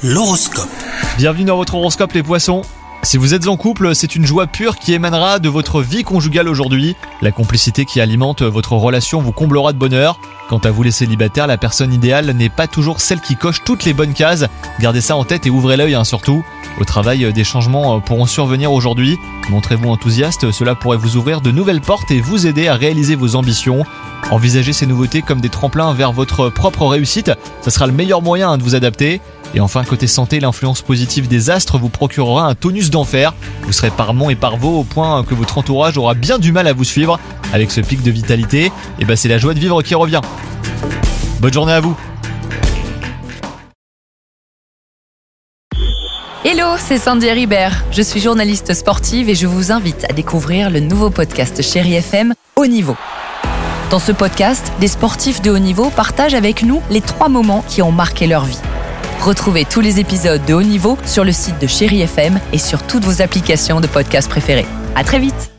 L'horoscope. Bienvenue dans votre horoscope les poissons. Si vous êtes en couple, c'est une joie pure qui émanera de votre vie conjugale aujourd'hui. La complicité qui alimente votre relation vous comblera de bonheur. Quant à vous les célibataires, la personne idéale n'est pas toujours celle qui coche toutes les bonnes cases. Gardez ça en tête et ouvrez l'œil surtout. Au travail, des changements pourront survenir aujourd'hui. Montrez-vous enthousiaste, cela pourrait vous ouvrir de nouvelles portes et vous aider à réaliser vos ambitions. Envisagez ces nouveautés comme des tremplins vers votre propre réussite, ça sera le meilleur moyen de vous adapter. Et enfin, côté santé, l'influence positive des astres vous procurera un tonus d'enfer. Vous serez parmant et parvaux au point que votre entourage aura bien du mal à vous suivre. Avec ce pic de vitalité, c'est la joie de vivre qui revient. Bonne journée à vous. Hello, c'est Sandy Ribert. Je suis journaliste sportive et je vous invite à découvrir le nouveau podcast Chéri FM, Haut Niveau. Dans ce podcast, des sportifs de haut niveau partagent avec nous les 3 moments qui ont marqué leur vie. Retrouvez tous les épisodes de Haut Niveau sur le site de Chéri FM et sur toutes vos applications de podcast préférées. À très vite.